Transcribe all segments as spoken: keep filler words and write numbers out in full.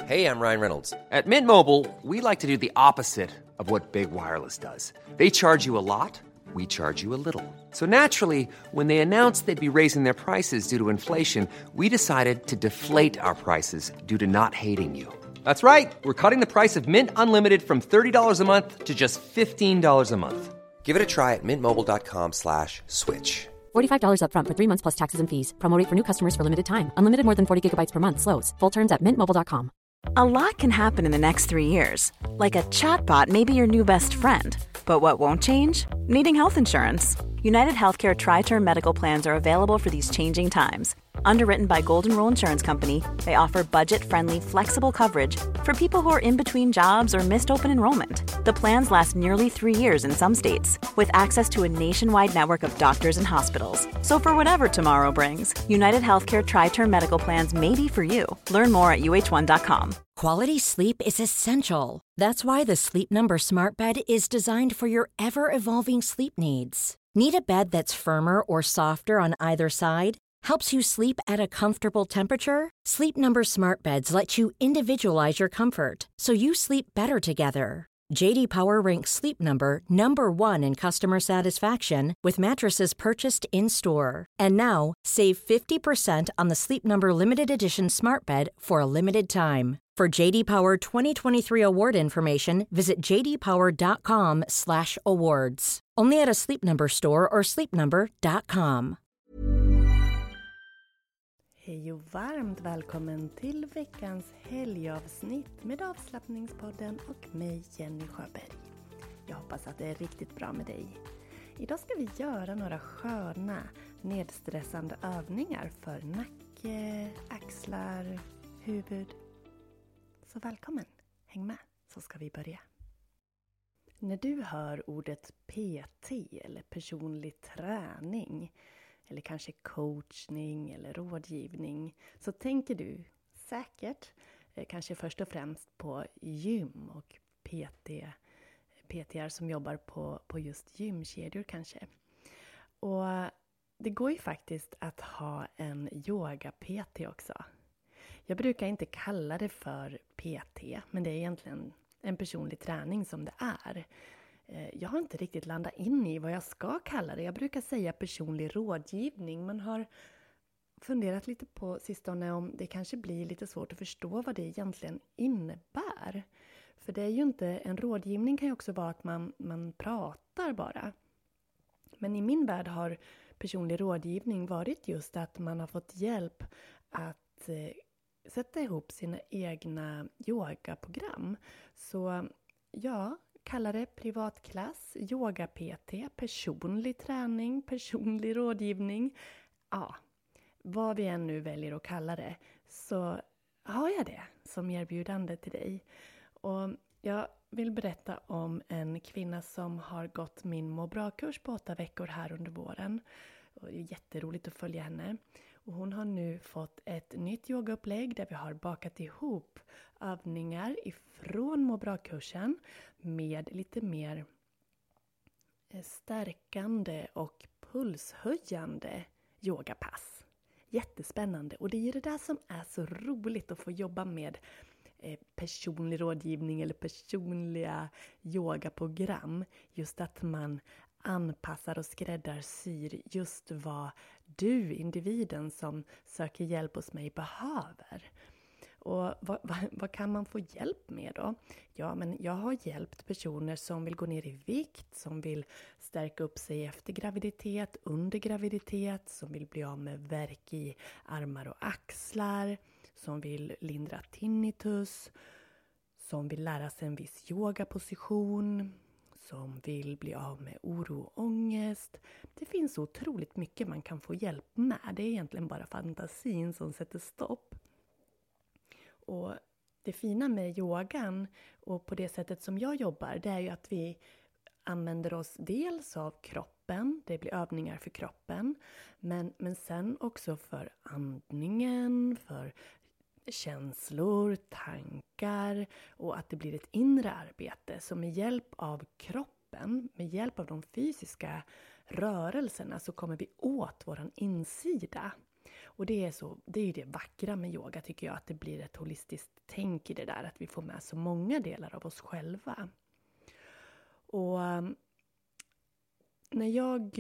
Hey, I'm Ryan Reynolds. At Mint Mobile, we like to do the opposite of what Big Wireless does. They charge you a lot, we charge you a little. So naturally, when they announced they'd be raising their prices due to inflation, we decided to deflate our prices due to not hating you. That's right. We're cutting the price of Mint Unlimited from thirty dollars a month to just fifteen dollars a month. Give it a try at mintmobile.com slash switch. forty-five dollars up front for three months plus taxes and fees. Promo rate for new customers for limited time. Unlimited more than forty gigabytes per month slows. Full terms at mint mobile dot com. A lot can happen in the next three years. Like a chatbot may be your new best friend. But what won't change? Needing health insurance. United Healthcare Tri-Term Medical Plans are available for these changing times. Underwritten by Golden Rule Insurance Company, they offer budget-friendly, flexible coverage for people who are in between jobs or missed open enrollment. The plans last nearly three years in some states, with access to a nationwide network of doctors and hospitals. So for whatever tomorrow brings, United Healthcare Tri-Term Medical Plans may be for you. Learn more at U H one dot com. Quality sleep is essential. That's why the Sleep Number Smart Bed is designed for your ever-evolving sleep needs. Need a bed that's firmer or softer on either side? Helps you sleep at a comfortable temperature? Sleep Number Smart Beds let you individualize your comfort, so you sleep better together. J D Power ranks Sleep Number number one in customer satisfaction with mattresses purchased in-store. And now, save fifty percent on the Sleep Number Limited Edition Smart Bed for a limited time. For J D Power twenty twenty-three award information, visit j d power dot com slash awards. Only at a Sleep Number store or sleep number dot com. Hej och varmt välkommen till veckans helgavsnitt med Avslappningspodden och mig, Jenny Sjöberg. Jag hoppas att det är riktigt bra med dig. Idag ska vi göra några sköna, nedstressande övningar för nacke, axlar, huvud. Så välkommen, häng med så ska vi börja. När du hör ordet P T eller personlig träning eller kanske coachning eller rådgivning så tänker du säkert eh, kanske först och främst på gym och P T, P T-are som jobbar på, på just gymkedjor kanske. Och det går ju faktiskt att ha en yoga-P T också. Jag brukar inte kalla det för P T, men det är egentligen en personlig träning som det är. Jag har inte riktigt landat in i vad jag ska kalla det. Jag brukar säga personlig rådgivning. Man har funderat lite på sistone om det kanske blir lite svårt att förstå vad det egentligen innebär. För det är ju inte, en rådgivning kan ju också vara att man, man pratar bara. Men i min värld har personlig rådgivning varit just att man har fått hjälp att eh, sätta ihop sina egna yogaprogram. Så ja, kalla det privatklass, yoga-P T, personlig träning, personlig rådgivning. Ja, vad vi än nu väljer att kalla det så har jag det som erbjudande till dig. Och jag vill berätta om en kvinna som har gått min må bra-kurs på åtta veckor här under våren. Och det är jätteroligt att följa henne. Och hon har nu fått ett nytt yogaupplägg där vi har bakat ihop övningar ifrån må bra-kursen med lite mer stärkande och pulshöjande yogapass. Jättespännande, och det är det där som är så roligt att få jobba med personlig rådgivning eller personliga yogaprogram. Just att man anpassar och skräddarsyr just vad du, individen som söker hjälp hos mig, behöver. Och vad, vad, vad kan man få hjälp med då? Ja, men jag har hjälpt personer som vill gå ner i vikt, som vill stärka upp sig efter graviditet, under graviditet, som vill bli av med värk i armar och axlar, som vill lindra tinnitus, som vill lära sig en viss yogaposition, som vill bli av med oro och ångest. Det finns så otroligt mycket man kan få hjälp med. Det är egentligen bara fantasin som sätter stopp. Och det fina med yogan och på det sättet som jag jobbar, det är ju att vi använder oss dels av kroppen, det blir övningar för kroppen, men, men sen också för andningen, för känslor, tankar, och att det blir ett inre arbete som med hjälp av kroppen, med hjälp av de fysiska rörelserna, så kommer vi åt våran insida. Och det är, så, det är ju det vackra med yoga tycker jag, att det blir ett holistiskt tänk i det där, att vi får med så många delar av oss själva. Och när jag,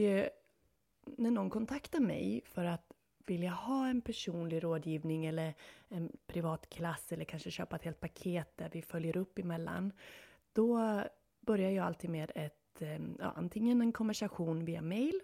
när någon kontaktar mig för att vilja ha en personlig rådgivning eller en privat klass eller kanske köpa ett helt paket där vi följer upp emellan, då börjar jag alltid med ett, ja, antingen en konversation via mail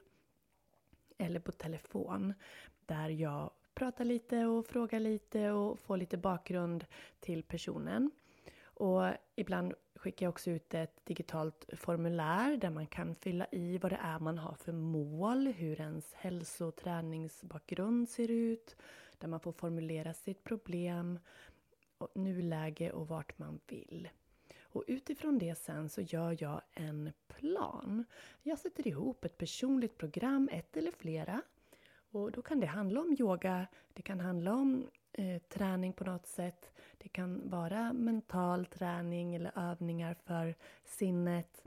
eller på telefon, där jag pratar lite och frågar lite och får lite bakgrund till personen. Och ibland skickar jag också ut ett digitalt formulär där man kan fylla i vad det är man har för mål, hur ens hälso- och träningsbakgrund ser ut, där man får formulera sitt problem, och nuläge och vart man vill. Och utifrån det sen så gör jag en plan. Jag sätter ihop ett personligt program, ett eller flera. Och då kan det handla om yoga, det kan handla om eh, träning på något sätt. Det kan vara mental träning eller övningar för sinnet.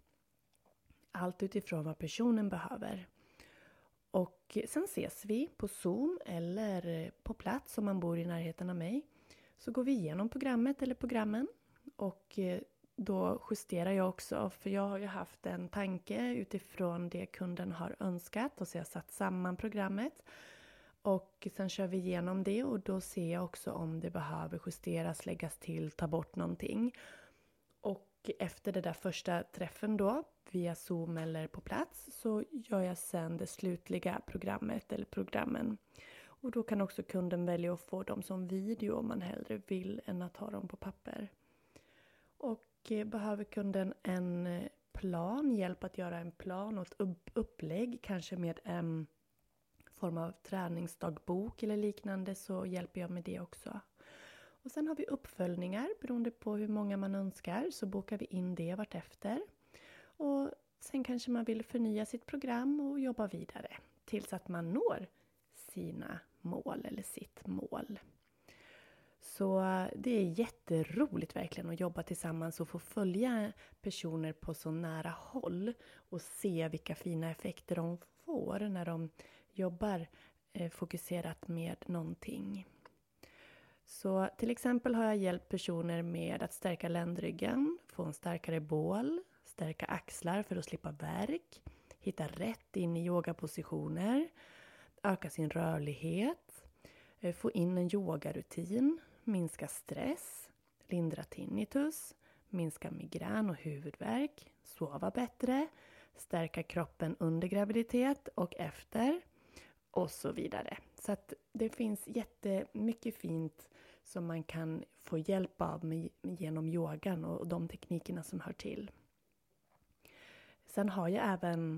Allt utifrån vad personen behöver. Och sen ses vi på Zoom eller på plats om man bor i närheten av mig. Så går vi igenom programmet eller programmen. Och eh, då justerar jag också, för jag har ju haft en tanke utifrån det kunden har önskat, och så har jag satt samman programmet. Och sen kör vi igenom det, och då ser jag också om det behöver justeras, läggas till, ta bort någonting. Och efter det där första träffen då, via Zoom eller på plats, så gör jag sen det slutliga programmet eller programmen. Och då kan också kunden välja att få dem som video om man hellre vill än att ha dem på papper. Och behöver kunden en plan, hjälp att göra en plan och ett upplägg, kanske med en form av träningsdagbok eller liknande, så hjälper jag med det också. Och sen har vi uppföljningar, beroende på hur många man önskar, så bokar vi in det vartefter. Och sen kanske man vill förnya sitt program och jobba vidare tills att man når sina mål eller sitt mål. Så det är jätteroligt verkligen att jobba tillsammans och få följa personer på så nära håll och se vilka fina effekter de får när de jobbar fokuserat med någonting. Så till exempel har jag hjälpt personer med att stärka ländryggen, få en starkare bål, stärka axlar för att slippa värk, hitta rätt in i yogapositioner, öka sin rörlighet, få in en yogarutin, minska stress, lindra tinnitus, minska migrän och huvudvärk, sova bättre, stärka kroppen under graviditet och efter och så vidare. Så att det finns jättemycket fint som man kan få hjälp av med, genom yogan och de teknikerna som hör till. Sen har jag även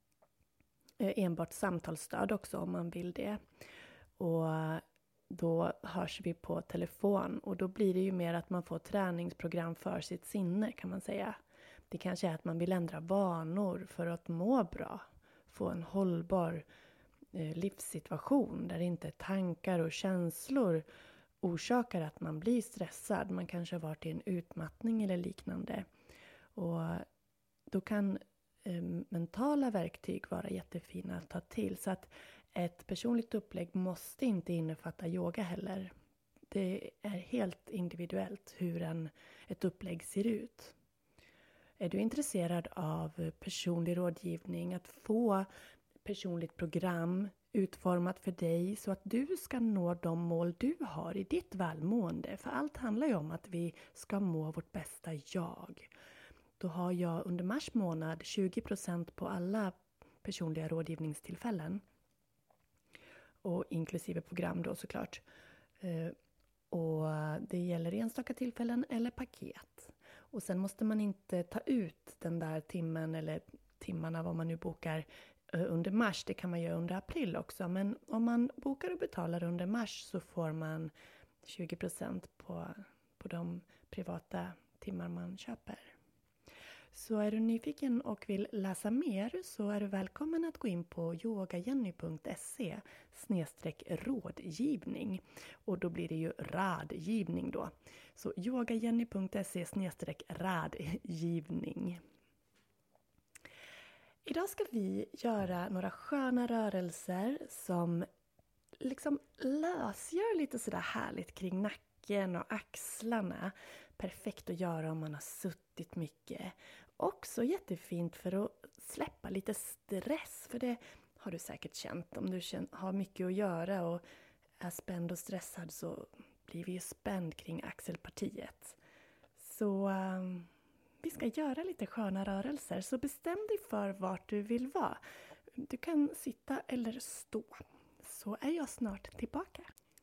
enbart samtalsstöd också om man vill det. Och då hörs vi på telefon, och då blir det ju mer att man får träningsprogram för sitt sinne, kan man säga. Det kanske är att man vill ändra vanor för att må bra, få en hållbar eh, livssituation där inte tankar och känslor orsakar att man blir stressad. Man kanske har varit i en utmattning eller liknande. Och då kan eh, mentala verktyg vara jättefina att ta till, så att ett personligt upplägg måste inte innefatta yoga heller. Det är helt individuellt hur en, ett upplägg ser ut. Är du intresserad av personlig rådgivning, att få personligt program utformat för dig så att du ska nå de mål du har i ditt välmående. För allt handlar ju om att vi ska må vårt bästa jag. Då har jag under mars månad tjugo procent på alla personliga rådgivningstillfällen. Och inklusive program då såklart. Och det gäller enstaka tillfällen eller paket. Och sen måste man inte ta ut den där timmen eller timmarna vad man nu bokar under mars. Det kan man göra under april också. Men om man bokar och betalar under mars så får man tjugo procent på, på de privata timmar man köper. Så är du nyfiken och vill läsa mer så är du välkommen att gå in på yogajenny punkt se snedstreck rådgivning. Och då blir det ju radgivning då. Så yogajenny punkt se snedstreck radgivning. Idag ska vi göra några sköna rörelser som liksom lösgör lite sådär härligt kring nacken och axlarna. Perfekt att göra om man har suttit mycket. Också jättefint för att släppa lite stress. För det har du säkert känt. Om du har mycket att göra och är spänd och stressad så blir vi ju spänd kring axelpartiet. Så um, vi ska göra lite sköna rörelser. Så bestäm dig för vart du vill vara. Du kan sitta eller stå. Så är jag snart tillbaka.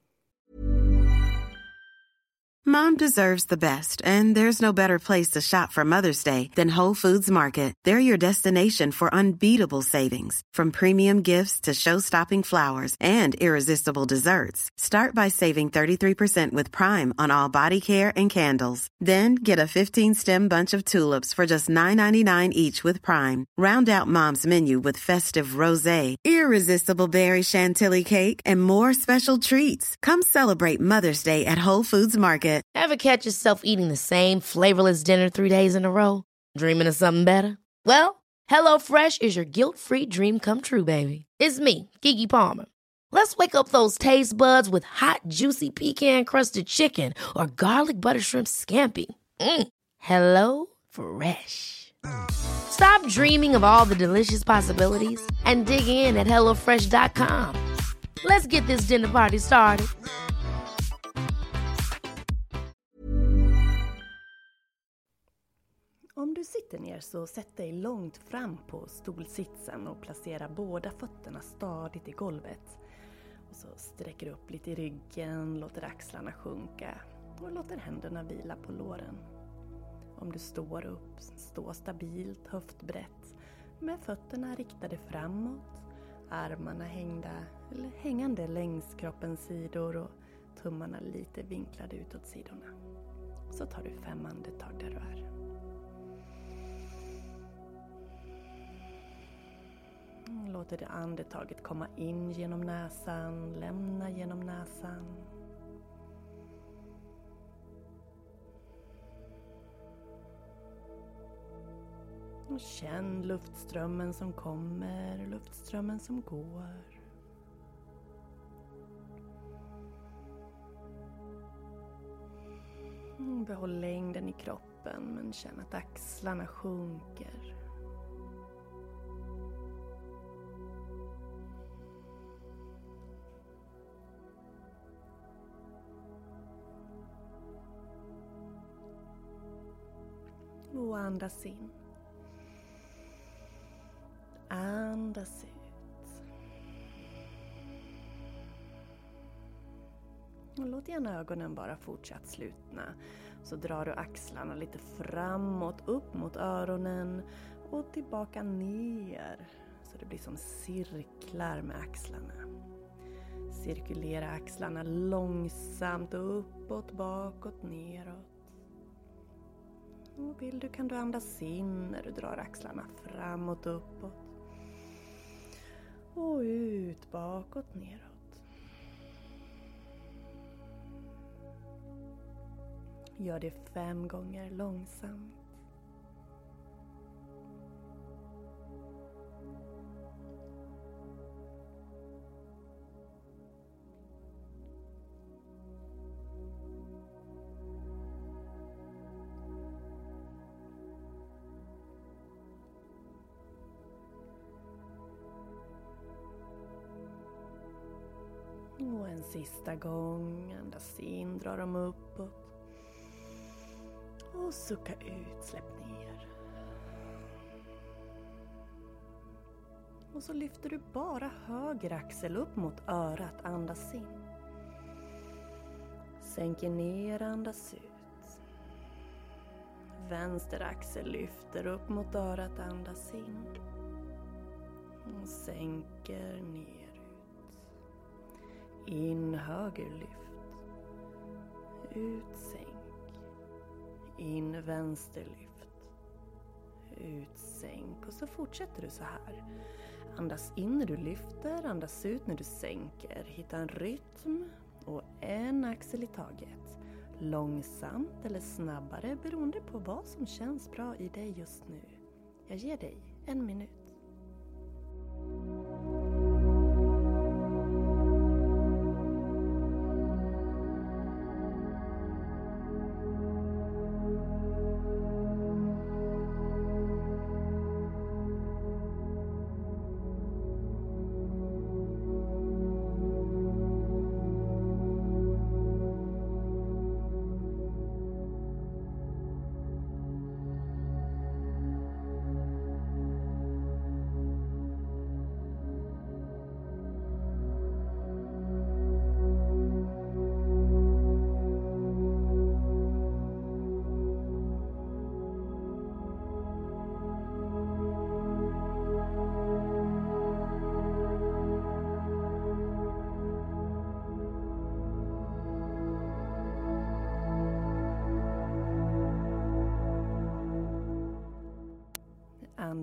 Mom deserves the best, and there's no better place to shop for Mother's Day than Whole Foods Market. They're your destination for unbeatable savings, from premium gifts to show-stopping flowers and irresistible desserts. Start by saving thirty-three percent with Prime on all body care and candles. Then get a fifteen-stem bunch of tulips for just nine ninety-nine each with Prime. Round out Mom's menu with festive rosé, irresistible berry chantilly cake, and more special treats. Come celebrate Mother's Day at Whole Foods Market. Ever catch yourself eating the same flavorless dinner three days in a row? Dreaming of something better? Well, HelloFresh is your guilt-free dream come true, baby. It's me, Keke Palmer. Let's wake up those taste buds with hot, juicy pecan-crusted chicken or garlic butter shrimp scampi. Mm. Hello Fresh. Stop dreaming of all the delicious possibilities and dig in at hello fresh dot com. Let's get this dinner party started. Om du sitter ner så sätt dig långt fram på stolsitsen och placera båda fötterna stadigt i golvet. Och så sträcker upp lite i ryggen, låter axlarna sjunka och låter händerna vila på låren. Om du står upp, stå stabilt, höftbrett med fötterna riktade framåt, armarna hängda eller hängande längs kroppens sidor och tummarna lite vinklade utåt sidorna. Så tar du fem andetag där du är. Låter det andetaget komma in genom näsan, lämna genom näsan. Och känn luftströmmen som kommer, luftströmmen som går. Behåll längden i kroppen men känn att axlarna sjunker. Och andas in. Andas ut. Och låt gärna ögonen bara fortsatt slutna. Så drar du axlarna lite framåt, upp mot öronen och tillbaka ner. Så det blir som cirklar med axlarna. Cirkulera axlarna långsamt uppåt, bakåt, neråt. Och vill du kan du andas in när du drar axlarna framåt, uppåt. Och ut, bakåt, neråt. Gör det fem gånger långsamt. Och en sista gång, andas in, dra dem uppåt. Och sucka ut, släpp ner. Och så lyfter du bara höger axel upp mot örat, andas in. Sänker ner, andas ut. Vänster axel lyfter upp mot örat, andas in. Och sänker ner. In höger lyft. Ut sänk. In vänster lyft. Ut sänk. Och så fortsätter du så här. Andas in när du lyfter. Andas ut när du sänker. Hitta en rytm. Och en axel i taget. Långsamt eller snabbare beroende på vad som känns bra i dig just nu. Jag ger dig en minut.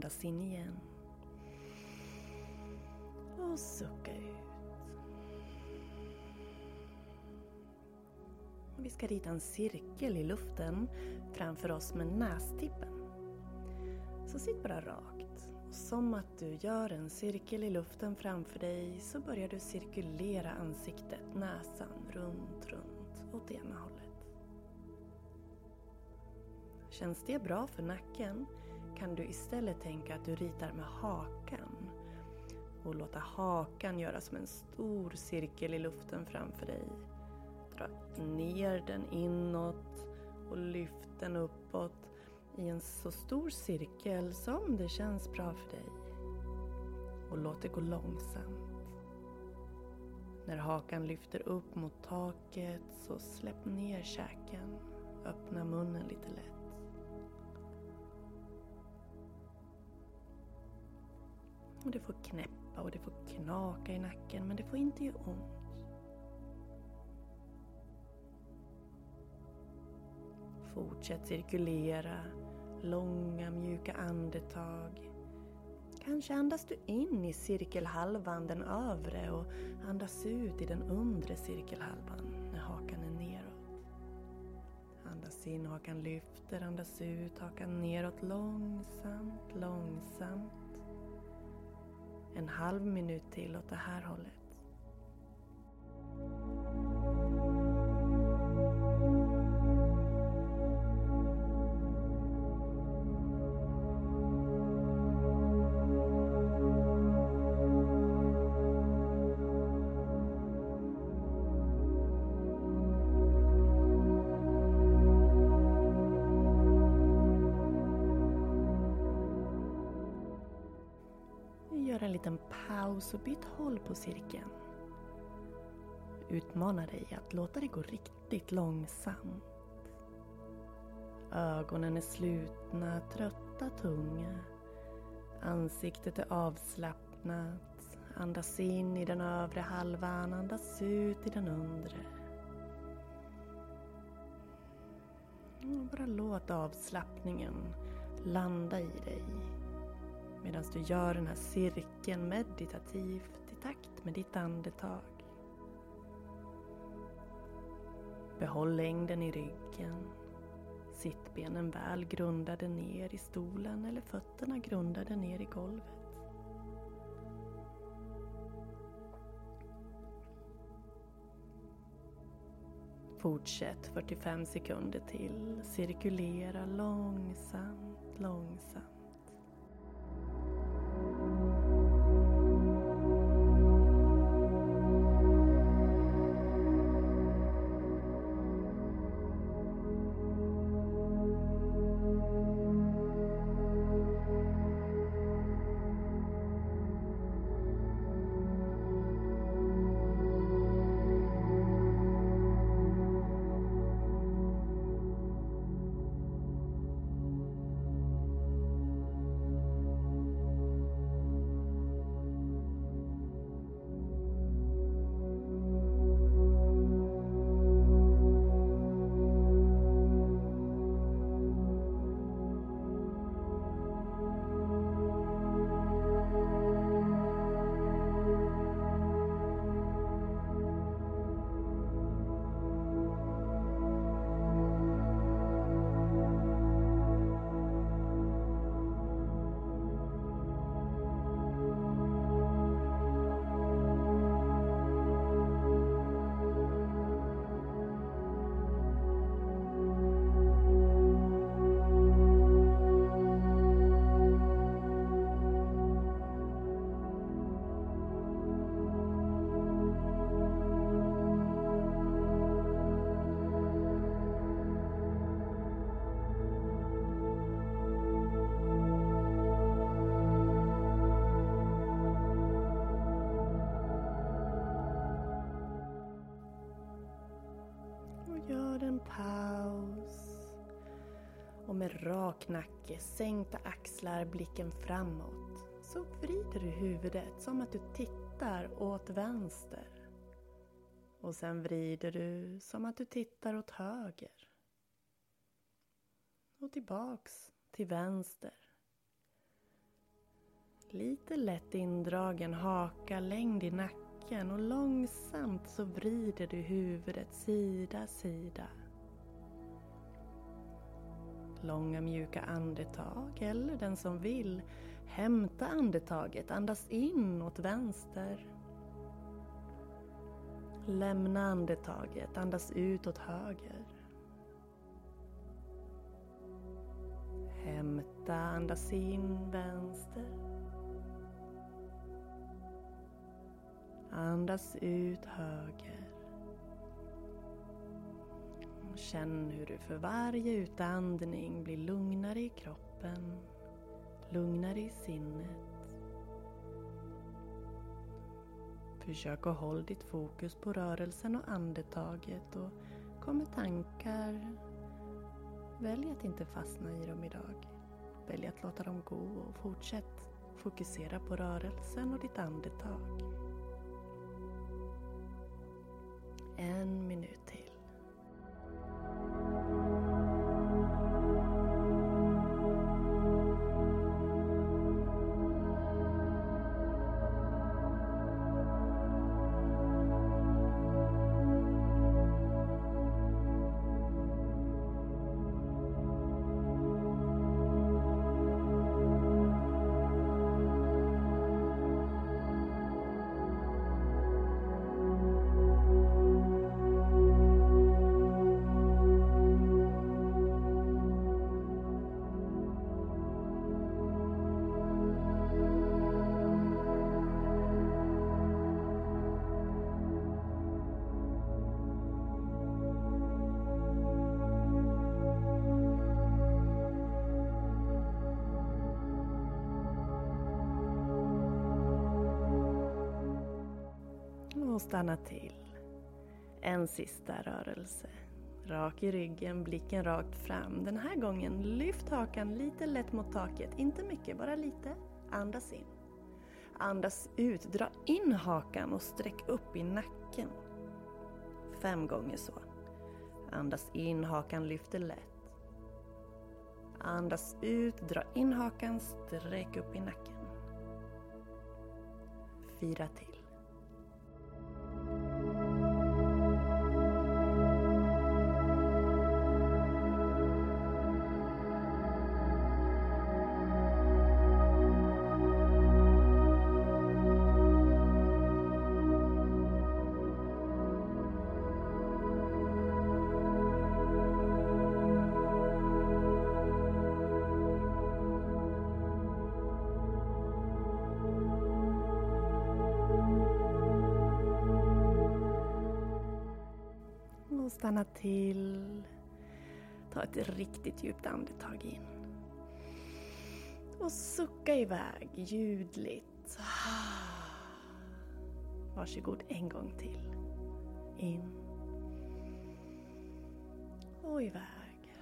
andas in igen. Och sucka ut. Vi ska rita en cirkel i luften framför oss med nästippen. Så sitt bara rakt. Och som att du gör en cirkel i luften framför dig så börjar du cirkulera ansiktet, näsan, runt, runt åt ena hållet. Känns det bra för nacken kan du istället tänka att du ritar med hakan. Och låta hakan göra som en stor cirkel i luften framför dig. Dra ner den inåt och lyft den uppåt i en så stor cirkel som det känns bra för dig. Och låt det gå långsamt. När hakan lyfter upp mot taket så släpp ner käken. Öppna munnen lite lätt. Och det får knäppa och det får knaka i nacken, men det får inte göra ont. Fortsätt cirkulera, långa mjuka andetag. Kanske andas du in i cirkelhalvan, den övre, och andas ut i den undre cirkelhalvan när hakan är neråt. Andas in, hakan lyfter, andas ut, hakan neråt långsamt, långsamt. En halv minut till åt det här hållet. Gör en liten paus och byt håll på cirkeln. Utmana dig att låta det gå riktigt långsamt. Ögonen är slutna, trötta, tunga. Ansiktet är avslappnat. Andas in i den övre halvan, andas ut i den undre. Och bara låt avslappningen landa i dig. Medan du gör den här cirkeln meditativt i takt med ditt andetag. Behåll längden i ryggen. Sittbenen väl grundade ner i stolen eller fötterna grundade ner i golvet. Fortsätt fyrtiofem sekunder till. Cirkulera långsamt, långsamt. Gör en paus. Och med rak nacke, sänkta axlar, blicken framåt. Så vrider du huvudet som att du tittar åt vänster. Och sen vrider du som att du tittar åt höger. Och tillbaks till vänster. Lite lätt indragen haka längd i nacken och långsamt så vrider du huvudet sida sida. Långa mjuka andetag, eller den som vill, hämta andetaget, andas in åt vänster. Lämna andetaget, andas ut åt höger. Hämta, andas in vänster. Andas ut höger. Känn hur du för varje utandning blir lugnare i kroppen, lugnare i sinnet. Försök att hålla ditt fokus på rörelsen och andetaget, och kommer tankar, välj att inte fastna i dem idag. Välj att låta dem gå och fortsätt fokusera på rörelsen och ditt andetag. En minut till. Och stanna till. En sista rörelse. Rak i ryggen, blicken rakt fram. Den här gången lyft hakan lite lätt mot taket. Inte mycket, bara lite. Andas in. Andas ut. Dra in hakan och sträck upp i nacken. Fem gånger så. Andas in, hakan lyfter lätt. Andas ut, dra in hakan, sträck upp i nacken. Fyra till. Och stanna till. Ta ett riktigt djupt andetag in. Och sucka iväg ljudligt. Varsågod en gång till. In. Och iväg.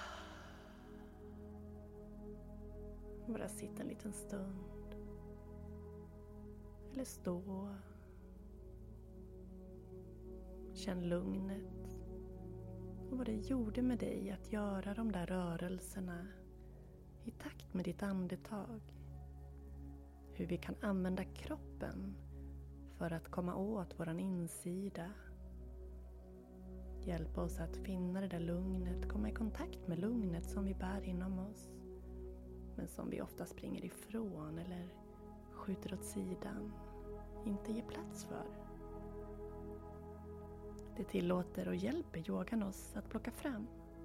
Bara sitta en liten stund. Eller stå. Känn lugnet och vad det gjorde med dig att göra de där rörelserna i takt med ditt andetag. Hur vi kan använda kroppen för att komma åt våran insida. Hjälpa oss att finna det där lugnet, komma i kontakt med lugnet som vi bär inom oss. Men som vi ofta springer ifrån eller skjuter åt sidan, inte ger plats för. Det tillåter och hjälper yogan oss att plocka fram.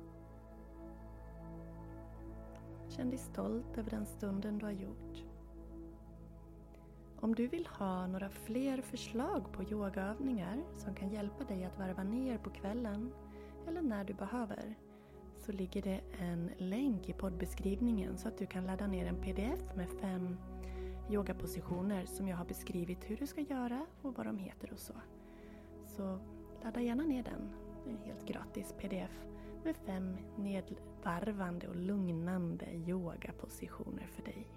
Känn dig stolt över den stunden du har gjort. Om du vill ha några fler förslag på yogaövningar som kan hjälpa dig att varva ner på kvällen eller när du behöver, så ligger det en länk i poddbeskrivningen så att du kan ladda ner en pdf med fem yogapositioner som jag har beskrivit hur du ska göra och vad de heter och så. Så ladda gärna ner den, en helt gratis pdf med fem nedvarvande och lugnande yogapositioner för dig.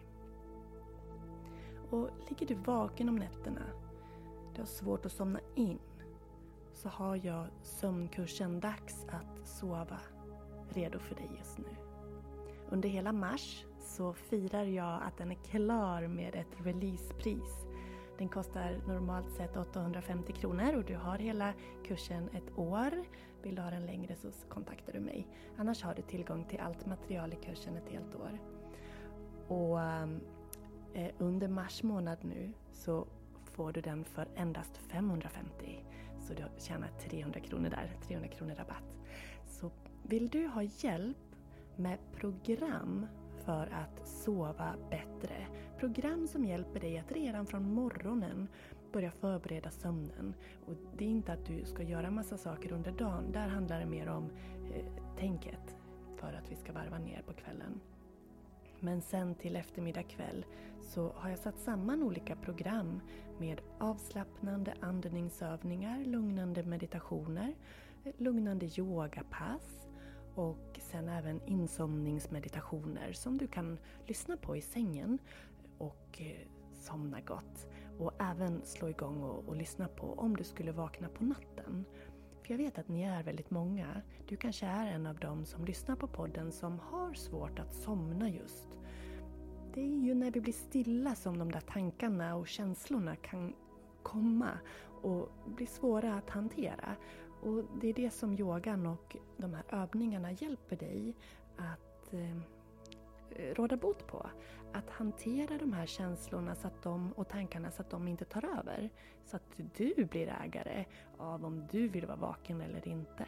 Och ligger du vaken om nätterna, du har svårt att somna in, så har jag sömnkursen Dags att sova redo för dig just nu. Under hela mars så firar jag att den är klar med ett releasepris. Den kostar normalt sett åttahundrafemtio kronor och du har hela kursen ett år. Vill du ha den längre så kontaktar du mig. Annars har du tillgång till allt material i kursen ett helt år. Och eh, under mars månad nu så får du den för endast femhundrafemtio. Så du tjänar trehundra kronor där, trehundra kronor rabatt. Så vill du ha hjälp med program för att sova bättre. Program som hjälper dig att redan från morgonen börja förbereda sömnen. Och det är inte att du ska göra massa saker under dagen. Där handlar det mer om eh, tänket för att vi ska varva ner på kvällen. Men sen till eftermiddag kväll så har jag satt samman olika program med avslappnande andningsövningar, lugnande meditationer, lugnande yogapass och sen även insomningsmeditationer som du kan lyssna på i sängen och eh, somna gott. Och även slå igång och, och lyssna på om du skulle vakna på natten. För jag vet att ni är väldigt många. Du kanske är en av dem som lyssnar på podden som har svårt att somna just. Det är ju när vi blir stilla som de där tankarna och känslorna kan komma och bli svåra att hantera. Och det är det som yogan och de här övningarna hjälper dig att eh, råda bot på. Att hantera de här känslorna så att de, och tankarna så att de inte tar över. Så att du blir ägare av om du vill vara vaken eller inte.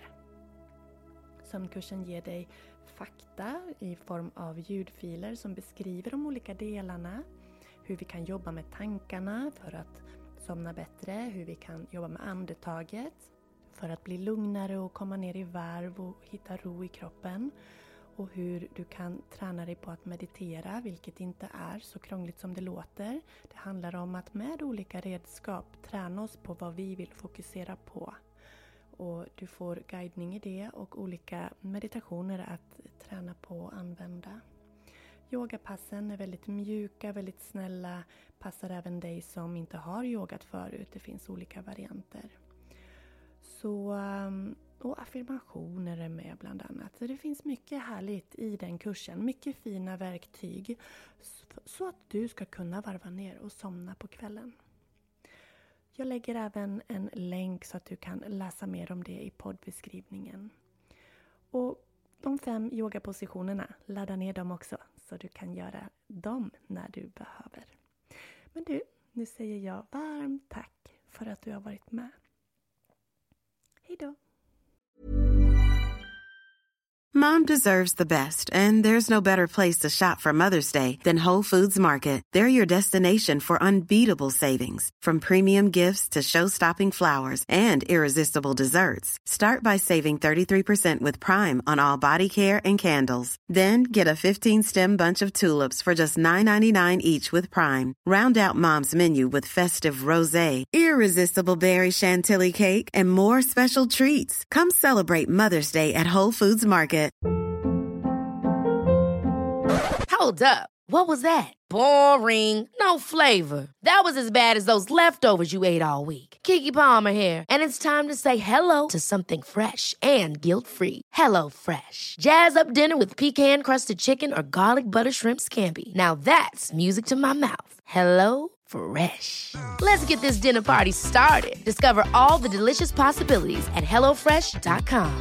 Sömnkursen ger dig fakta i form av ljudfiler som beskriver de olika delarna. Hur vi kan jobba med tankarna för att somna bättre. Hur vi kan jobba med andetaget för att bli lugnare och komma ner i varv och hitta ro i kroppen. Och hur du kan träna dig på att meditera, vilket inte är så krångligt som det låter. Det handlar om att med olika redskap träna oss på vad vi vill fokusera på. Och du får guidning i det och olika meditationer att träna på och använda. Yogapassen är väldigt mjuka, väldigt snälla. Passar även dig som inte har yogat förut. Det finns olika varianter. Så... Och affirmationer är med bland annat. Så det finns mycket härligt i den kursen. Mycket fina verktyg. Så att du ska kunna varva ner och somna på kvällen. Jag lägger även en länk så att du kan läsa mer om det i poddbeskrivningen. Och de fem yogapositionerna, ladda ner dem också. Så du kan göra dem när du behöver. Men du, nu säger jag varmt tack för att du har varit med. Hej då! Mom deserves the best, and there's no better place to shop for Mother's Day than Whole Foods Market. They're your destination for unbeatable savings, from premium gifts to show-stopping flowers and irresistible desserts. Start by saving thirty-three percent with Prime on all body care and candles. Then get a fifteen-stem bunch of tulips for just nine ninety-nine each with Prime. Round out Mom's menu with festive rosé, irresistible berry chantilly cake, and more special treats. Come celebrate Mother's Day at Whole Foods Market. Hold up. What was that? Boring. No flavor. That was as bad as those leftovers you ate all week. Keke Palmer here, and it's time to say hello to something fresh and guilt-free. Hello Fresh. Jazz up dinner with pecan-crusted chicken or garlic butter shrimp scampi. Now that's music to my mouth. Hello Fresh. Let's get this dinner party started. Discover all the delicious possibilities at hello fresh dot com.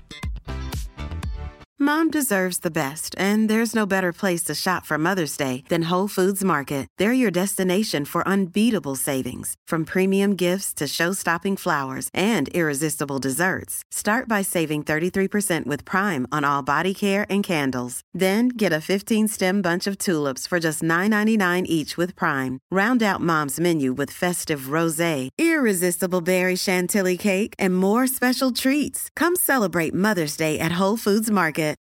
Mom deserves the best, and there's no better place to shop for Mother's Day than Whole Foods Market. They're your destination for unbeatable savings, from premium gifts to show-stopping flowers and irresistible desserts. Start by saving thirty-three percent with Prime on all body care and candles. Then get a fifteen-stem bunch of tulips for just nine ninety-nine each with Prime. Round out Mom's menu with festive rosé, irresistible berry chantilly cake, and more special treats. Come celebrate Mother's Day at Whole Foods Market.